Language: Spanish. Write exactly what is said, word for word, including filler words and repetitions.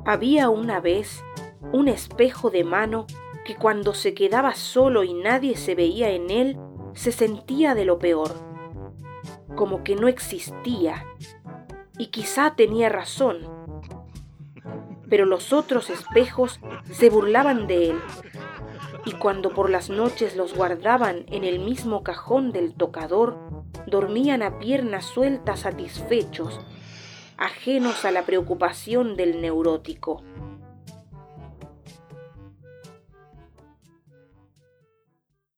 Había una vez un espejo de mano que cuando se quedaba solo y nadie se veía en él, se sentía de lo peor, como que no existía, y quizá tenía razón. Pero los otros espejos se burlaban de él, y cuando por las noches los guardaban en el mismo cajón del tocador, dormían a piernas sueltas satisfechos, ajenos a la preocupación del neurótico.